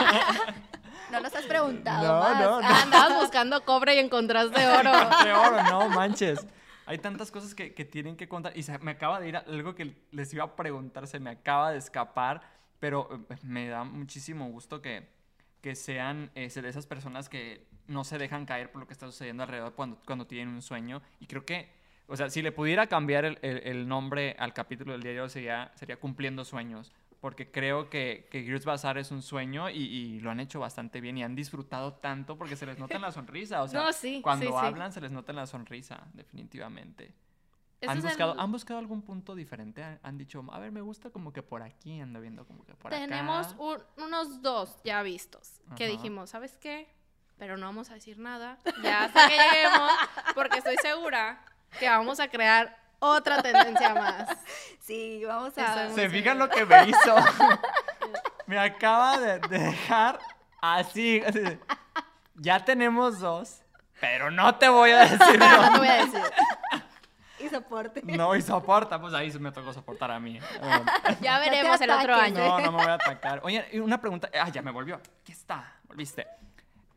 No nos has preguntado No, más. no, no. Ah, andabas buscando cobre y encontraste oro. De oro, no manches. Hay tantas cosas que, que tienen que contar. Y se, me acaba de ir a- algo que les iba a preguntar, se me acaba de escapar. Pero eh, me da muchísimo gusto que, que sean eh, de esas personas que no se dejan caer por lo que está sucediendo alrededor cuando, cuando tienen un sueño. Y creo que, o sea, si le pudiera cambiar el, el- el nombre al capítulo del diario sería, sería Cumpliendo Sueños. Porque creo que, que Girls Bazaar es un sueño y, y lo han hecho bastante bien y han disfrutado tanto porque se les nota en la sonrisa. O sea, No, sí, cuando sí, sí. hablan se les nota en la sonrisa, definitivamente. Ese ¿Han es el- buscado, ¿Han buscado algún punto diferente? ¿Han, han dicho, a ver, me gusta como que por aquí, ando viendo como que por Tenemos acá? un- unos dos ya vistos que Ajá. dijimos, ¿sabes qué? Pero no vamos a decir nada. Ya hasta que lleguemos, porque estoy segura que vamos a crear otra tendencia más. Sí, vamos a... Estoy muy ¿Se fijan segura. lo que me hizo? Me acaba de, de dejar así, así de, ya tenemos dos, pero no te voy a decir No te no. voy a decir. Y soporte. No, y soporta, pues ahí se me tocó soportar a mí. Um, Ya veremos el otro ataques, año. No, no me voy a atacar. Oye, y una pregunta. Ah, ya me volvió. Aquí está, volviste.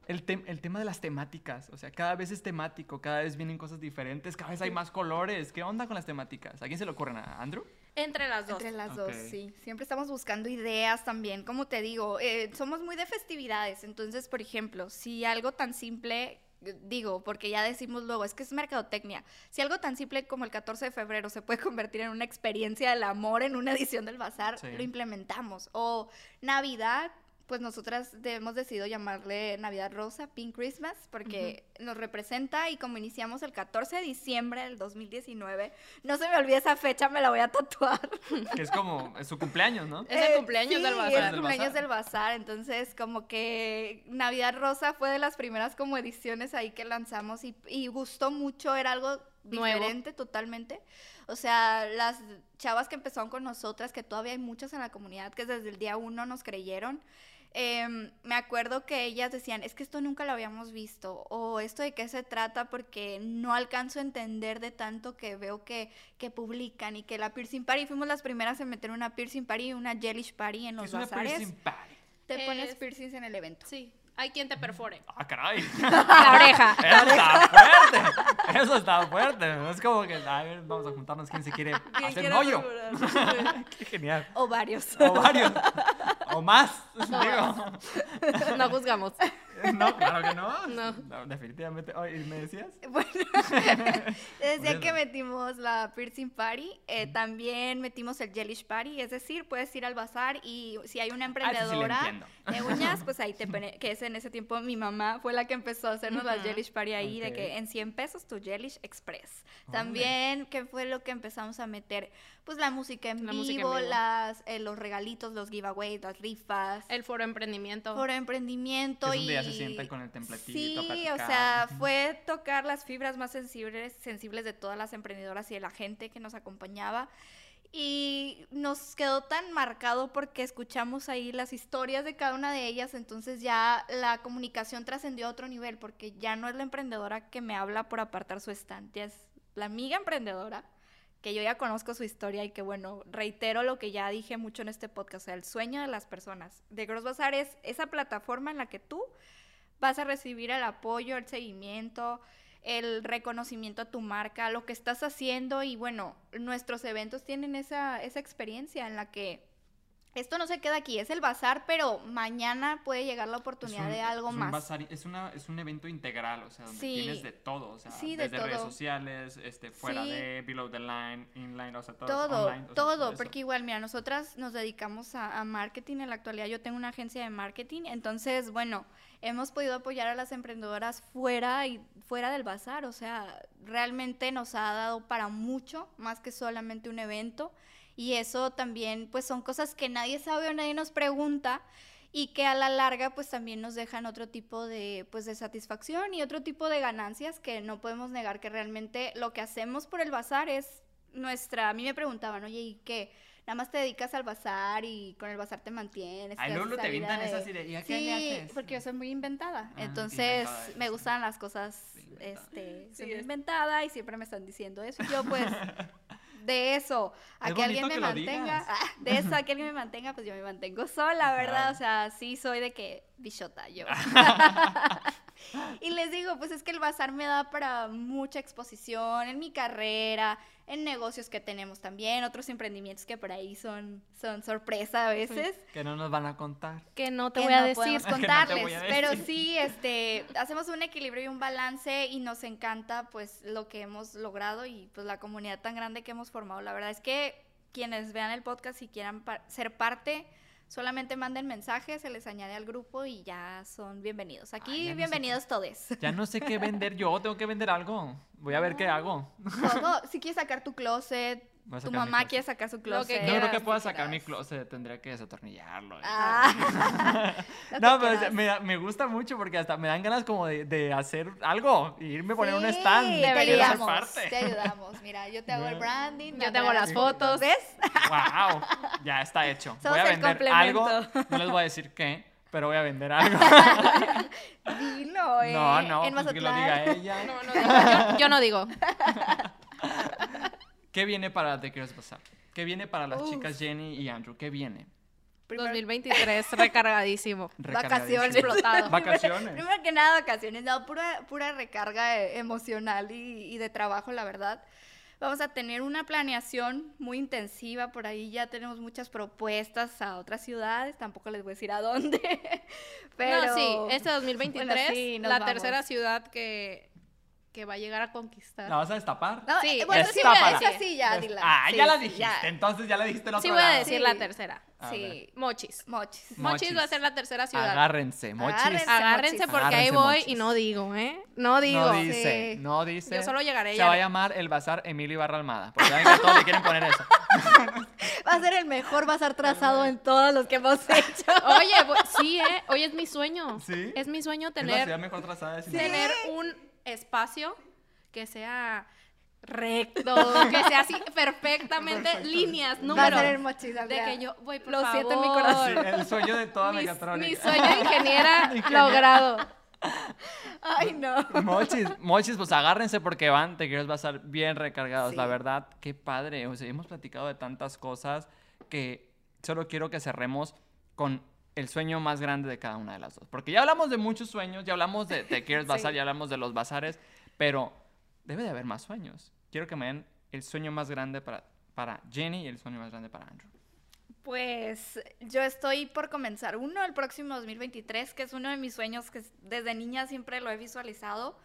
el, tem- el tema de las temáticas. O sea, cada vez es temático, cada vez vienen cosas diferentes, cada vez hay más colores. ¿Qué onda con las temáticas? ¿A quién se le ocurren? ¿A Andrew? Entre las dos. Entre las Ok. dos, sí. Siempre estamos buscando ideas también, como te digo, eh, somos muy de festividades, entonces, por ejemplo, si algo tan simple, eh, digo, porque ya decimos luego, es que es mercadotecnia, si algo tan simple como el catorce de febrero se puede convertir en una experiencia del amor en una edición del bazar, Sí. lo implementamos. O Navidad, pues nosotras hemos decidido llamarle Navidad Rosa, Pink Christmas, porque nos representa, y como iniciamos el catorce de diciembre del dos mil diecinueve, no se me olvide esa fecha, me la voy a tatuar. Que es como es su cumpleaños, ¿no? Es el Eh, cumpleaños sí, del es bazar. el Del cumpleaños bazar. del bazar, entonces como que Navidad Rosa fue de las primeras como ediciones ahí que lanzamos y, y gustó mucho, era algo Nuevo. diferente totalmente. O sea, las chavas que empezaron con nosotras, que todavía hay muchas en la comunidad que desde el día uno nos creyeron, em, me acuerdo que ellas decían, es que esto nunca lo habíamos visto, o esto de qué se trata, porque no alcanzo a entender de tanto que veo que, que publican, y que la Piercing Party, fuimos las primeras en meter una Piercing Party y una Jellish Party en los Es una bazares. piercing party. Te pones Es- piercings en el evento. Sí, hay quien te perfore. Ah, caray. La oreja. Eso está fuerte. Eso está fuerte. Es como que, a ver, vamos a juntarnos quién se quiere hacer quiere hoyo. asegurar? Qué genial. O varios. O varios. O más. Digo. No juzgamos. No, claro que no. No. Definitivamente. Oye, ¿y me decías? Bueno, te decía Bueno. que metimos la Piercing Party, eh, también metimos el Jellish Party, es decir, puedes ir al bazar y si hay una Ah, ese sí le emprendedora entiendo. de uñas, pues ahí te pone, que es en ese tiempo mi mamá fue la que empezó a hacernos las Ujú. Jellish Party ahí, de Ok. que en cien pesos tu Jellish Express. Órale. También, ¿qué fue lo que empezamos a meter? Pues la música en La vivo, música en vivo. Las, eh, los regalitos, los giveaways, las rifas. El foro emprendimiento. Foro de emprendimiento. Que es donde ya se y- sientan con el templetito, Sí, a o platicar. sea, fue tocar las fibras más sensibles, sensibles de todas las emprendedoras y de la gente que nos acompañaba. Y nos quedó tan marcado porque escuchamos ahí las historias de cada una de ellas, entonces ya la comunicación trascendió a otro nivel, porque ya no es la emprendedora que me habla por apartar su stand, ya es la amiga emprendedora, que yo ya conozco su historia y que, bueno, reitero lo que ya dije mucho en este podcast, o sea, el sueño de las personas. De Gross Bazar es esa plataforma en la que tú vas a recibir el apoyo, el seguimiento, el reconocimiento a tu marca, lo que estás haciendo, y bueno, nuestros eventos tienen esa, esa experiencia en la que esto no se queda aquí, es el bazar, pero mañana puede llegar la oportunidad Es un- de algo es un más. bazar- es, una, es un evento integral, o sea, donde Sí. tienes de todo, o sea, Sí, de desde redes todo. sociales, este, fuera Sí. de, below the line, inline, o sea, todo, Todo, online, o sea, todo, eso. porque igual, mira, nosotras nos dedicamos a, a marketing en la actualidad, yo tengo una agencia de marketing, entonces, bueno, hemos podido apoyar a las emprendedoras fuera y fuera del bazar, o sea, realmente nos ha dado para mucho, más que solamente un evento, y eso también, pues son cosas que nadie sabe o nadie nos pregunta, y que a la larga pues también nos dejan otro tipo de pues de satisfacción y otro tipo de ganancias que no podemos negar, que realmente lo que hacemos por el bazar es nuestra, a mí me preguntaban, oye, ¿y qué? Nada más te dedicas al bazar y con el bazar te mantienes. Ay, te luego haces te vida avientan de- esas ideas, ¿y a qué sí, le haces? porque yo soy muy inventada, Ah, entonces inventada eres, me sí. gustan las cosas, Sí, inventada. este, soy Sí, muy es- inventada y siempre me están diciendo eso, y yo pues... De eso, a Es que alguien bonito me que lo mantenga, digas. ah, de eso a que alguien me mantenga, pues yo me mantengo sola, ¿verdad? Ajá. O sea, sí soy de que bichota yo. Y les digo, pues es que el bazar me da para mucha exposición en mi carrera, en negocios que tenemos también, otros emprendimientos que por ahí son, son sorpresa a veces. Que no nos van a contar. Que no te que voy a no decir. podemos Que no te contarles, voy a pero decir. sí, este, hacemos un equilibrio y un balance y nos encanta pues lo que hemos logrado y pues la comunidad tan grande que hemos formado. La verdad es que quienes vean el podcast y quieran par- ser parte, solamente manden mensajes, se les añade al grupo y ya son bienvenidos. Aquí Ay, ya no sé bienvenidos todos. Ya no sé qué vender yo, tengo que vender algo. Voy a ver qué hago. Todo, si quieres sacar tu closet, Voy a tu sacar mi mamá closet. quiere sacar su Lo que closet. No creo que quieras, pueda si sacar mi quieras. closet, tendría que desatornillarlo. Ah, lo No, que pero quieras. me, da- me gusta mucho porque hasta me dan ganas como de, de hacer algo, y irme a poner un Sí, stand. te quiero ser ayudamos, parte. te ayudamos. Mira, yo te hago el branding. Yo te hago las fotos. ¿Ves? Wow, ya está hecho. Somos voy a el vender algo, complemento. no les voy a decir qué, pero voy a vender algo. Dilo, eh. No, no, en pues que lo Mazatlán. diga ella. No, no digo. Yo, yo no digo. ¿Qué viene para The Girls Bazaar? ¿Qué viene para las Uf. chicas Jenny y Andrew? ¿Qué viene? Primero- dos mil veintitrés, recargadísimo. Vacaciones. Explotado. Vacaciones. Primero que nada, vacaciones. No, pura, pura recarga eh, emocional y, y de trabajo, la verdad. Vamos a tener una planeación muy intensiva. Por ahí ya tenemos muchas propuestas a otras ciudades. Tampoco les voy a decir a dónde. Pero... No, sí, este dos mil veintitrés, Bueno, sí, nos la vamos. tercera ciudad que, que va a llegar a conquistar. ¿La vas a destapar? No, Sí, eh, bueno, sí, destápala. esa sí ya, dila. Ah, Sí, ya la sí, dijiste. ya. Entonces ya le dijiste el otro Sí voy a lado. decir Sí. la tercera. A Sí, Mochis. mochis. Mochis va a Mochis. ser la tercera ciudad. Agárrense, mochis. Agárrense. Agárrense Mochis. porque ahí Agárrense, voy mochis. y no digo, ¿eh? No digo. No dice, Sí. no dice. Yo solo llegaré Se ya va a de- llamar el Bazar Emilio Ibarra Almada. Porque ya ven que a todos le quieren poner eso. Va a ser el mejor bazar trazado en todos los que hemos hecho. Oye, bu- sí, ¿eh? Hoy es mi sueño. ¿Sí? Es mi sueño Es la tener, ciudad mejor trazada de Sinaloa. tener un espacio que sea recto, que sea así perfectamente líneas, Va a números. ser el mochis. De Andrea. que yo, voy, por Lo favor. siento en mi Sí, corazón. el sueño de toda Mi, Mecatrónica. mi sueño de ingeniera Ingeniera. logrado. Ay, no. Mochis, mochis, pues agárrense porque van, te quieres estar bien recargados. Sí. La verdad, qué padre. O sea, hemos platicado de tantas cosas que solo quiero que cerremos con el sueño más grande de cada una de las dos. Porque ya hablamos de muchos sueños, ya hablamos de Te Quieres Bazar, ya hablamos de los bazares, pero debe de haber más sueños. Quiero que me den el sueño más grande para, para Jenny y el sueño más grande para Andrew. Pues yo estoy por comenzar uno el próximo dos mil veintitrés, que es uno de mis sueños que desde niña siempre lo he visualizado.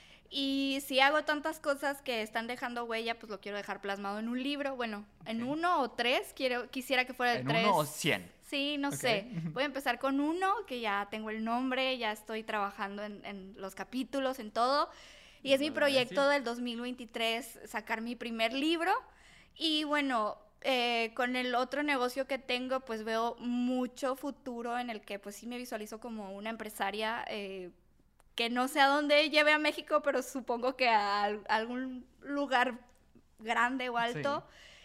Y si hago tantas cosas que están dejando huella, pues lo quiero dejar plasmado en un libro. Bueno, en Ok. uno o tres, quiero, quisiera que fuera el ¿En tres. uno o cien? Sí, no Ok. sé. Voy a empezar con uno, que ya tengo el nombre, ya estoy trabajando en, en los capítulos, en todo. Y es mi Vale, proyecto sí. del dos mil veintitrés, sacar mi primer libro. Y bueno, eh, con el otro negocio que tengo, pues veo mucho futuro en el que pues sí me visualizo como una empresaria eh, que no sé a dónde lleve a México, pero supongo que a, al- algún lugar grande o alto.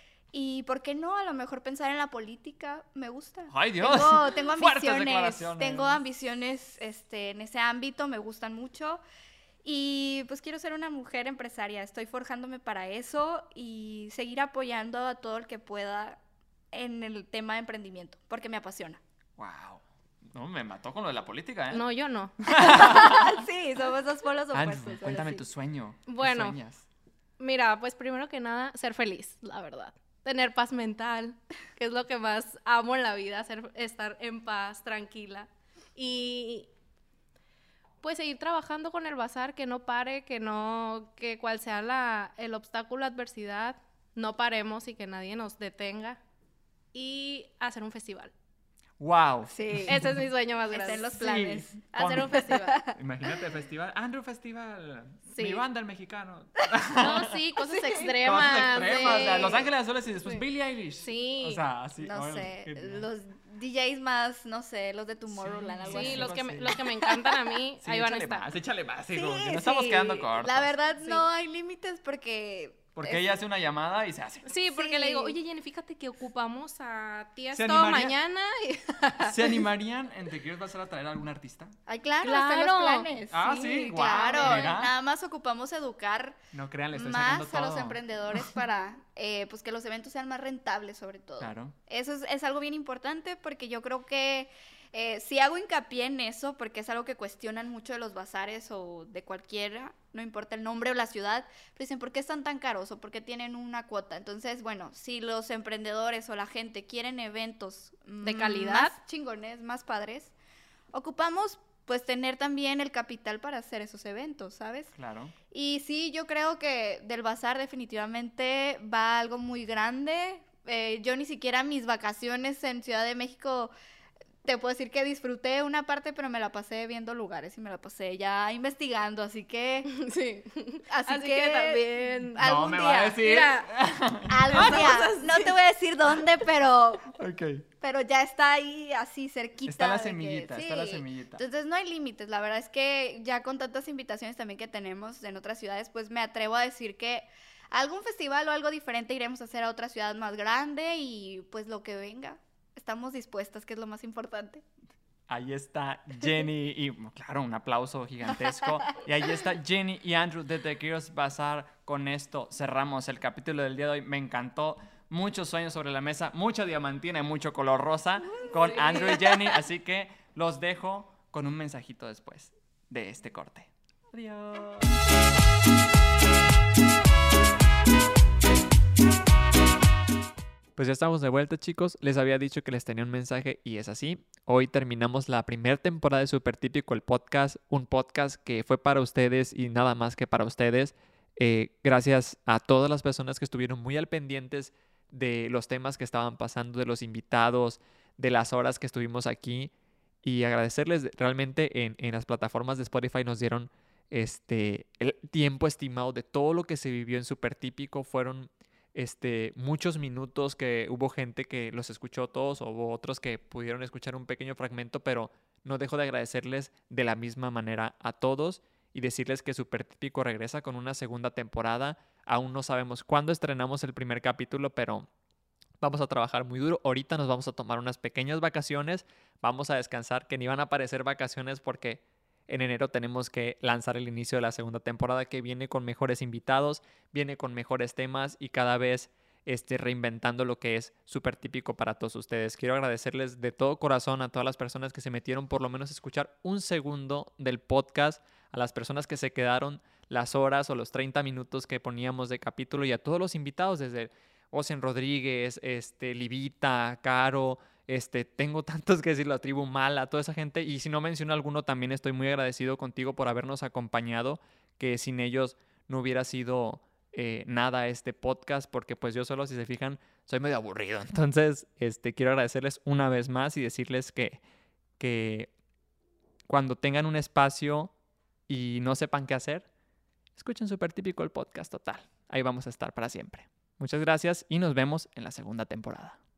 Y por qué no, a lo mejor pensar en la política me gusta. ¡Ay, Dios! Tengo, tengo Fuertes ambiciones, declaraciones. tengo ambiciones este, en ese ámbito, me gustan mucho. Y pues quiero ser una mujer empresaria, estoy forjándome para eso y seguir apoyando a todo el que pueda en el tema de emprendimiento, porque me apasiona. ¡Wow! No, me mató con lo de la política, ¿eh? No, yo no. Sí, somos dos polos opuestos. Andrew, ahora cuéntame sí. tu sueño. ¿Qué Bueno. sueñas? Mira, pues primero que nada, ser feliz, la verdad. Tener paz mental, que es lo que más amo en la vida, ser, estar en paz, tranquila. Y pues seguir trabajando con el bazar, que no pare, que no, que cual sea la, el obstáculo, adversidad, no paremos y que nadie nos detenga. Y hacer un festival. ¡Wow! Sí, Ese es mi sueño más está grande. en los Sí, planes. Hacer con- un festival. Imagínate festival. Andrew Festival. Sí. Mi banda, el mexicano. No, sí, cosas extremas. Cosas extremas. O sea, sí. Los Ángeles Azules y después Sí. Billie Eilish. Sí. O sea, así. No ay, sé, genial. los D Js más, no sé, los de Tomorrowland, algo Sí, así. los que, me, así. los que me encantan a mí, Sí, ahí van a échale estar. más, échale más, Sí, hijo, que no estamos sí. quedando cortos. La verdad, Sí. no hay límites porque... Porque es- ella hace una llamada y se hace. Sí, porque le digo, Sí. oye Jenny, fíjate que ocupamos a ti ¿Se esto animaría? mañana. y- ¿Se animarían en Te Quieres Bazar a traer a algún artista? Ay, claro, está en los Claro. planes. Ah, sí, guau, claro. mira. Nada más ocupamos educar No crean, le estoy sacando más a todo. los emprendedores para eh, pues que los eventos sean más rentables, sobre todo. Claro. Eso es, es algo bien importante porque yo creo que eh, si hago hincapié en eso, porque es algo que cuestionan mucho de los bazares o de cualquiera, no importa el nombre o la ciudad, pero dicen, ¿por qué están tan caros o por qué tienen una cuota? Entonces, bueno, si los emprendedores o la gente quieren eventos De mm, calidad. más chingones, más padres, ocupamos pues tener también el capital para hacer esos eventos, ¿sabes? Claro. Y sí, yo creo que del bazar definitivamente va algo muy grande. Eh, yo ni siquiera mis vacaciones en Ciudad de México, te puedo decir que disfruté una parte, pero me la pasé viendo lugares y me la pasé ya investigando, así que... Sí. Así, Así que, que también. No, algún me día, va a decir. Mira, algún día, no te voy a decir dónde, pero, Ok. pero ya está ahí así cerquita. Está la de que- semillita, está la sí. semillita. Entonces no hay límites, la verdad es que ya con tantas invitaciones también que tenemos en otras ciudades, pues me atrevo a decir que algún festival o algo diferente iremos a hacer a otra ciudad más grande y pues lo que venga, estamos dispuestas, que es lo más importante. Ahí está Jenny y, claro, un aplauso gigantesco. Y ahí está Jenny y Andrew de The Girls Bazaar. Con esto cerramos el capítulo del día de hoy. Me encantó. Muchos sueños sobre la mesa, mucha diamantina y mucho color rosa con Andrew y Jenny. Así que los dejo con un mensajito después de este corte. Adiós. Pues ya estamos de vuelta, chicos. Les había dicho que les tenía un mensaje y es así. Hoy terminamos la primera temporada de Súper Típico, el podcast. Un podcast que fue para ustedes y nada más que para ustedes. Eh, gracias a todas las personas que estuvieron muy al pendientes de los temas que estaban pasando, de los invitados, de las horas que estuvimos aquí. Y agradecerles realmente en, en las plataformas de Spotify nos dieron este, el tiempo estimado de todo lo que se vivió en Súper Típico. Fueron este, muchos minutos que hubo gente que los escuchó todos, o hubo otros que pudieron escuchar un pequeño fragmento, pero no dejo de agradecerles de la misma manera a todos y decirles que Súper Típico regresa con una segunda temporada. Aún no sabemos cuándo estrenamos el primer capítulo, pero vamos a trabajar muy duro. Ahorita nos vamos a tomar unas pequeñas vacaciones, vamos a descansar, que ni van a aparecer vacaciones porque en enero tenemos que lanzar el inicio de la segunda temporada, que viene con mejores invitados, viene con mejores temas y cada vez este, reinventando lo que es Súper Típico para todos ustedes. Quiero agradecerles de todo corazón a todas las personas que se metieron por lo menos a escuchar un segundo del podcast, a las personas que se quedaron las horas o los treinta minutos que poníamos de capítulo y a todos los invitados desde Ocean Rodríguez, este, Livita, Caro, este, tengo tantos que decir, la tribu mala, toda esa gente, y si no menciono alguno también estoy muy agradecido contigo por habernos acompañado, que sin ellos no hubiera sido eh, nada este podcast, porque pues yo solo, si se fijan, soy medio aburrido. Entonces este, quiero agradecerles una vez más y decirles que, que cuando tengan un espacio y no sepan qué hacer, escuchen Súper Típico, el podcast. Total, ahí vamos a estar para siempre. Muchas gracias y nos vemos en la segunda temporada.